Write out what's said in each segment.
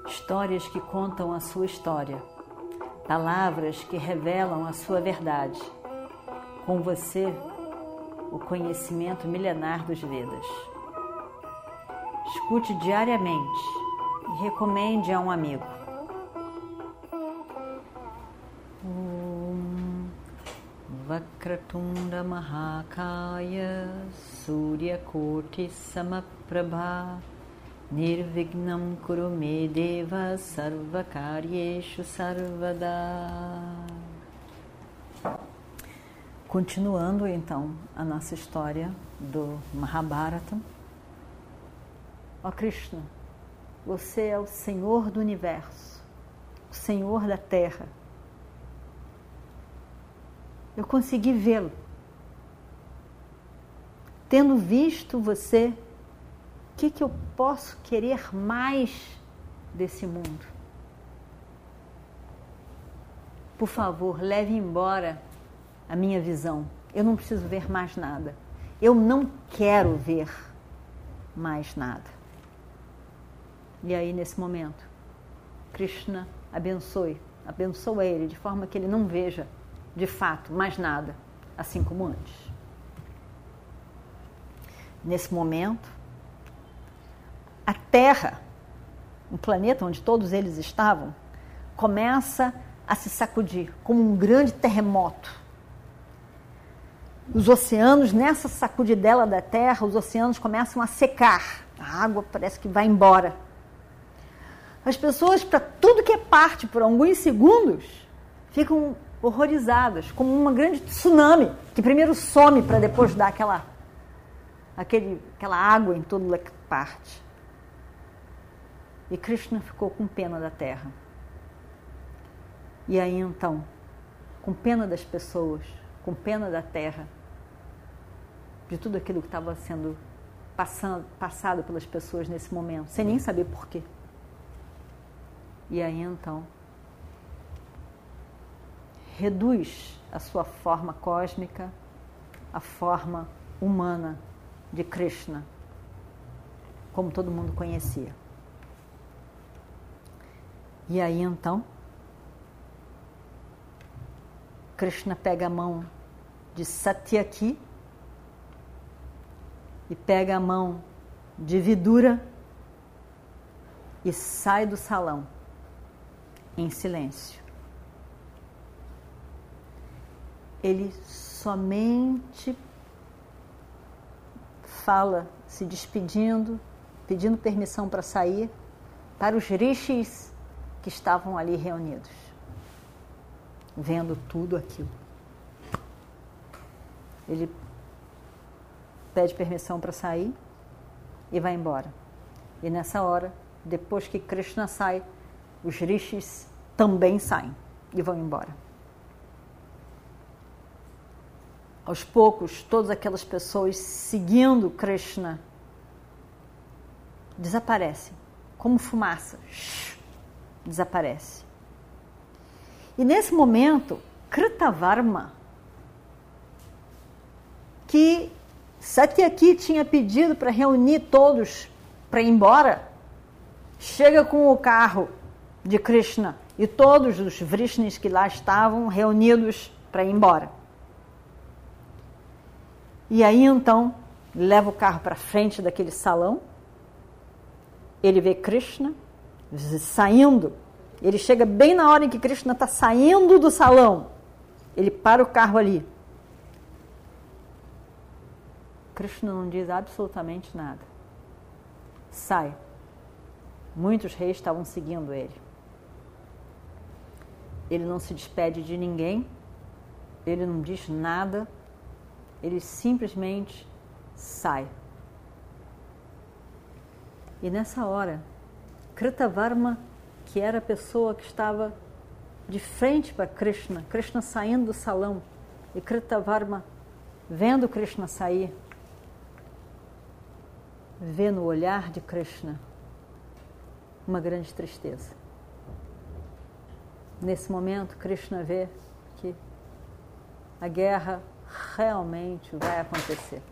histórias que contam a sua história, palavras que revelam a sua verdade. Com você, o conhecimento milenar dos Vedas. Escute diariamente e recomende a um amigo. Om Vakratunda Mahakaya Suryakoti Samaprabha Nirvignam Kurume Deva Sarvakaryeshu Sarvada. Continuando então a nossa história do Mahabharata. Ó Krishna, você é o Senhor do Universo, o Senhor da Terra. Eu consegui vê-lo. Tendo visto você, o que eu posso querer mais desse mundo? Por favor, leve embora a minha visão. Eu não preciso ver mais nada. Eu não quero ver mais nada. E aí, nesse momento, Krishna abençoa ele de forma que ele não veja, de fato, mais nada, assim como antes. Nesse momento, a Terra, um planeta onde todos eles estavam, começa a se sacudir como um grande terremoto. Os oceanos, nessa sacudidela da Terra, os oceanos começam a secar. A água parece que vai embora. As pessoas, para tudo que é parte por alguns segundos, ficam horrorizadas, como uma grande tsunami, que primeiro some para depois dar aquela água em toda parte. E Krishna ficou com pena da Terra. E aí então, com pena das pessoas, com pena da Terra, de tudo aquilo que estava sendo passado pelas pessoas nesse momento, sem nem saber porquê. E aí então, reduz a sua forma cósmica, a forma humana de Krishna, como todo mundo conhecia. E aí então, Krishna pega a mão de Satyaki e pega a mão de Vidura e sai do salão em silêncio. Ele somente fala, se despedindo, pedindo permissão para sair, para os rishis que estavam ali reunidos, vendo tudo aquilo. Ele pede permissão para sair e vai embora. E nessa hora, depois que Krishna sai, os rishis também saem e vão embora. Aos poucos, todas aquelas pessoas seguindo Krishna desaparecem, como fumaça, desaparece. E nesse momento, Kritavarma, que Satyaki tinha pedido para reunir todos para ir embora, chega com o carro de Krishna e todos os Vrishnis que lá estavam reunidos para ir embora. E aí então leva o carro para frente daquele salão, ele vê Krishna saindo, ele chega bem na hora em que Krishna está saindo do salão, ele para o carro ali. Krishna não diz absolutamente nada. Sai. Muitos reis estavam seguindo ele. Ele não se despede de ninguém, ele não diz nada, ele simplesmente sai. E nessa hora, Kritavarma, que era a pessoa que estava de frente para Krishna, Krishna saindo do salão, e Kritavarma vendo Krishna sair, vê no olhar de Krishna uma grande tristeza. Nesse momento, Krishna vê que a guerra realmente vai acontecer.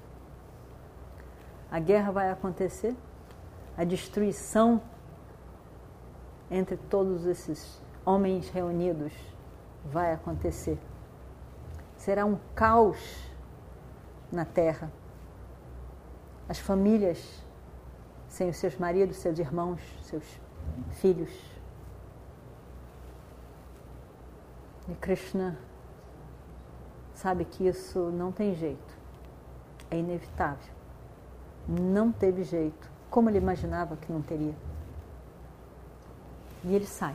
A guerra vai acontecer, a destruição entre todos esses homens reunidos vai acontecer. Será um caos na terra. As famílias sem os seus maridos, seus irmãos, seus filhos. E Krishna sabe que isso não tem jeito. É inevitável. Não teve jeito. Como ele imaginava que não teria. E ele sai.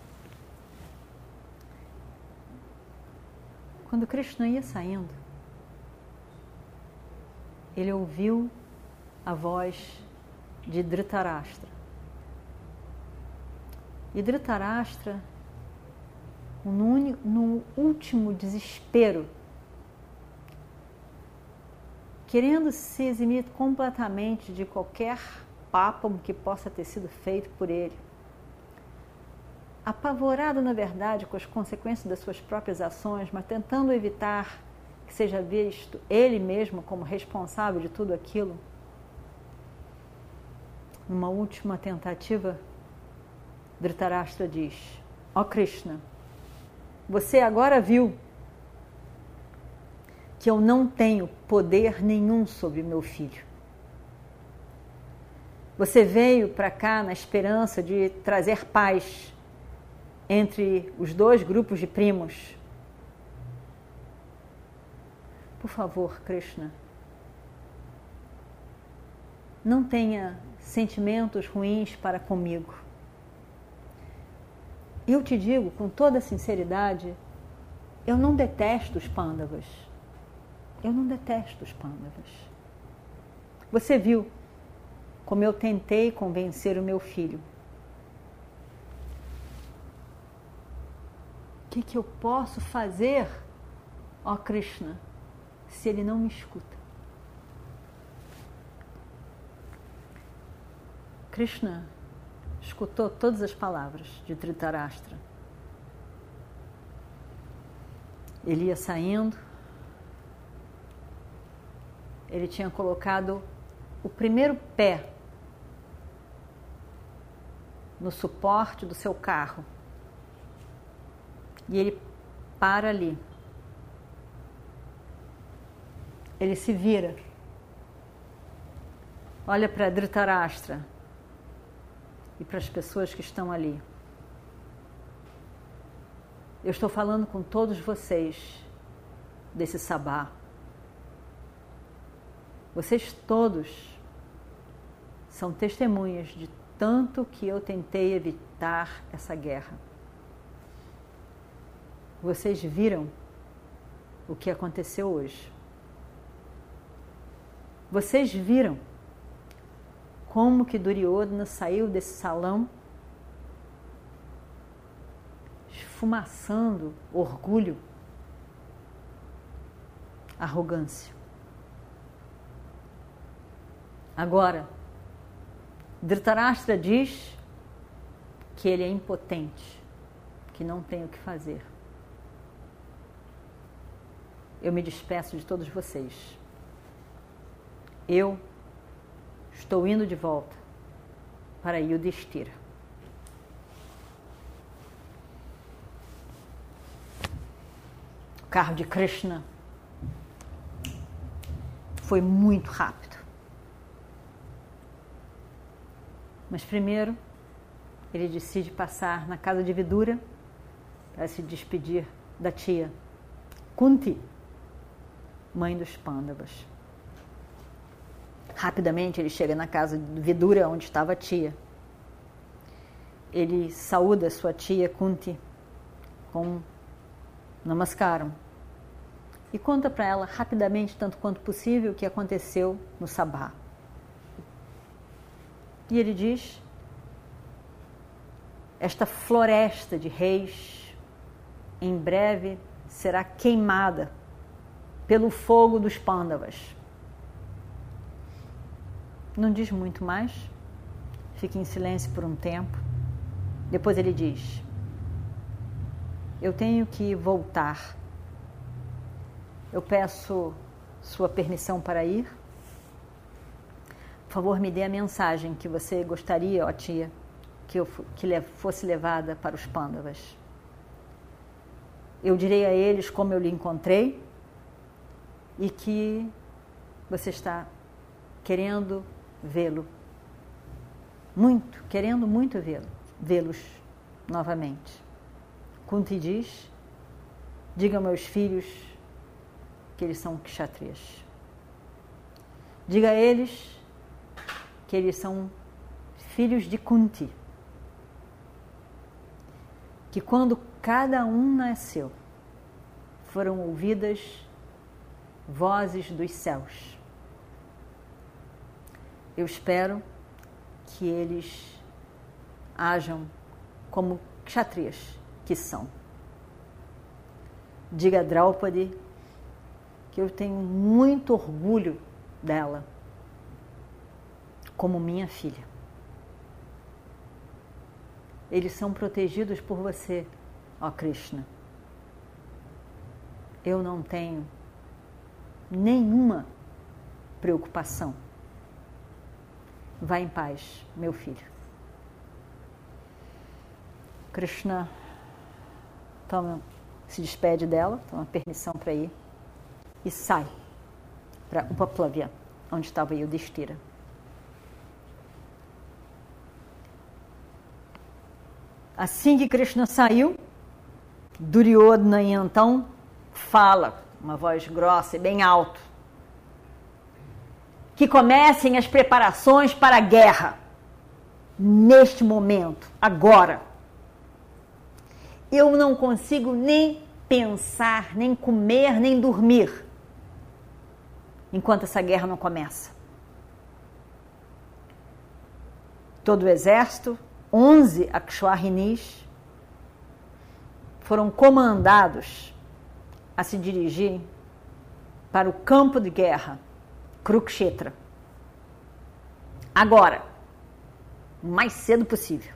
Quando Krishna ia saindo, ele ouviu a voz de Dhritarashtra. E Dhritarashtra, no último desespero, querendo se eximir completamente de qualquer papo que possa ter sido feito por ele, apavorado, na verdade, com as consequências das suas próprias ações, mas tentando evitar que seja visto ele mesmo como responsável de tudo aquilo, numa última tentativa, Dhritarashtra diz: ó Krishna, você agora viu que eu não tenho poder nenhum sobre meu filho. Você veio para cá na esperança de trazer paz entre os dois grupos de primos. Por favor, Krishna, não tenha sentimentos ruins para comigo. Eu te digo com toda sinceridade, eu não detesto os Pandavas. Eu não detesto os Pandavas. Você viu como eu tentei convencer o meu filho. O que eu posso fazer, ó Krishna, se ele não me escuta? Krishna escutou todas as palavras de Dhritarashtra. Ele ia saindo, ele tinha colocado o primeiro pé no suporte do seu carro e ele para ali. Ele se vira, olha para Dhritarashtra e para as pessoas que estão ali. Eu estou falando com todos vocês desse sabá. Vocês todos são testemunhas de tanto que eu tentei evitar essa guerra. Vocês viram o que aconteceu hoje. Vocês viram como que Duryodhana saiu desse salão esfumaçando orgulho, arrogância. Agora, Dhritarashtra diz que ele é impotente, que não tem o que fazer. Eu me despeço de todos vocês. Eu estou indo de volta para Yudhishthira. O carro de Krishna foi muito rápido. Mas primeiro, ele decide passar na casa de Vidura para se despedir da tia Kunti, mãe dos Pandavas. Rapidamente ele chega na casa de Vidura, onde estava a tia. Ele saúda sua tia Kunti com namaskaram e conta para ela rapidamente, tanto quanto possível, o que aconteceu no sabá. E ele diz: esta floresta de reis em breve será queimada pelo fogo dos Pandavas. Não diz muito mais, fica em silêncio por um tempo. Depois ele diz: eu tenho que voltar. Eu peço sua permissão para ir. Por favor, me dê a mensagem que você gostaria, ó tia, que fosse levada para os Pandavas. Eu direi a eles como eu lhe encontrei e que você está querendo vê-lo. Querendo muito vê-los novamente. Kunti diz: diga a meus filhos que eles são kshatriyas. Diga a eles que eles são filhos de Kunti. Que quando cada um nasceu, foram ouvidas vozes dos céus. Eu espero que eles hajam como kshatriyas que são. Diga a Draupadi que eu tenho muito orgulho dela como minha filha. Eles são protegidos por você, ó Krishna. Eu não tenho nenhuma preocupação. Vá em paz, meu filho. Krishna se despede dela, toma permissão para ir e sai para Upaplavya, onde estava Yudhishthira. Assim que Krishna saiu, Duryodhana então fala, uma voz grossa e bem alto, que comecem as preparações para a guerra, neste momento, agora. Eu não consigo nem pensar, nem comer, nem dormir, enquanto essa guerra não começa. Todo o exército, 11 Akshwarinis, foram comandados a se dirigir para o campo de guerra, Kurukshetra. Agora, o mais cedo possível.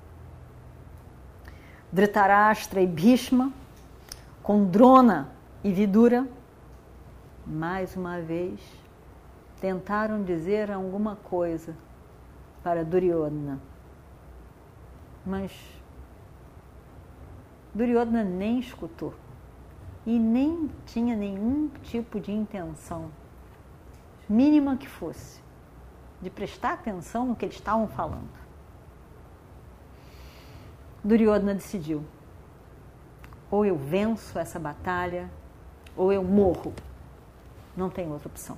Dhritarashtra e Bhishma, com Drona e Vidura, mais uma vez, tentaram dizer alguma coisa para Duryodhana. Mas Duryodhana nem escutou e nem tinha nenhum tipo de intenção, mínima que fosse, de prestar atenção no que eles estavam falando. Duryodhana decidiu: ou eu venço essa batalha, ou eu morro. Não tem outra opção.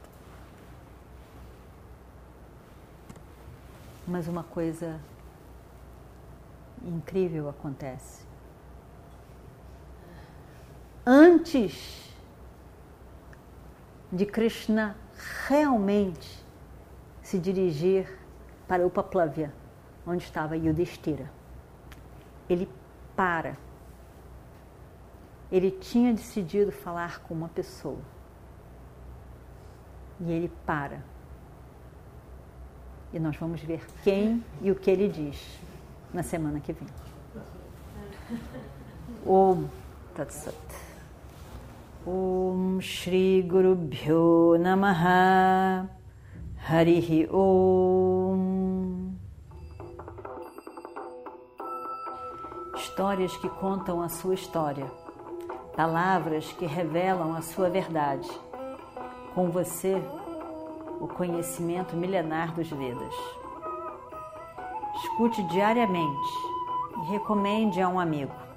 Mas uma coisa incrível acontece. Antes de Krishna realmente se dirigir para Upaplavya, onde estava Yudhishthira, ele para. Ele tinha decidido falar com uma pessoa. E ele para. E nós vamos ver quem e o que ele diz na semana que vem. Om Tat Sat. Om Shri Guru Bhyo Namaha. Harihi Om. Histórias que contam a sua história. Palavras que revelam a sua verdade. Com você, o conhecimento milenar dos Vedas. Escute diariamente e recomende a um amigo.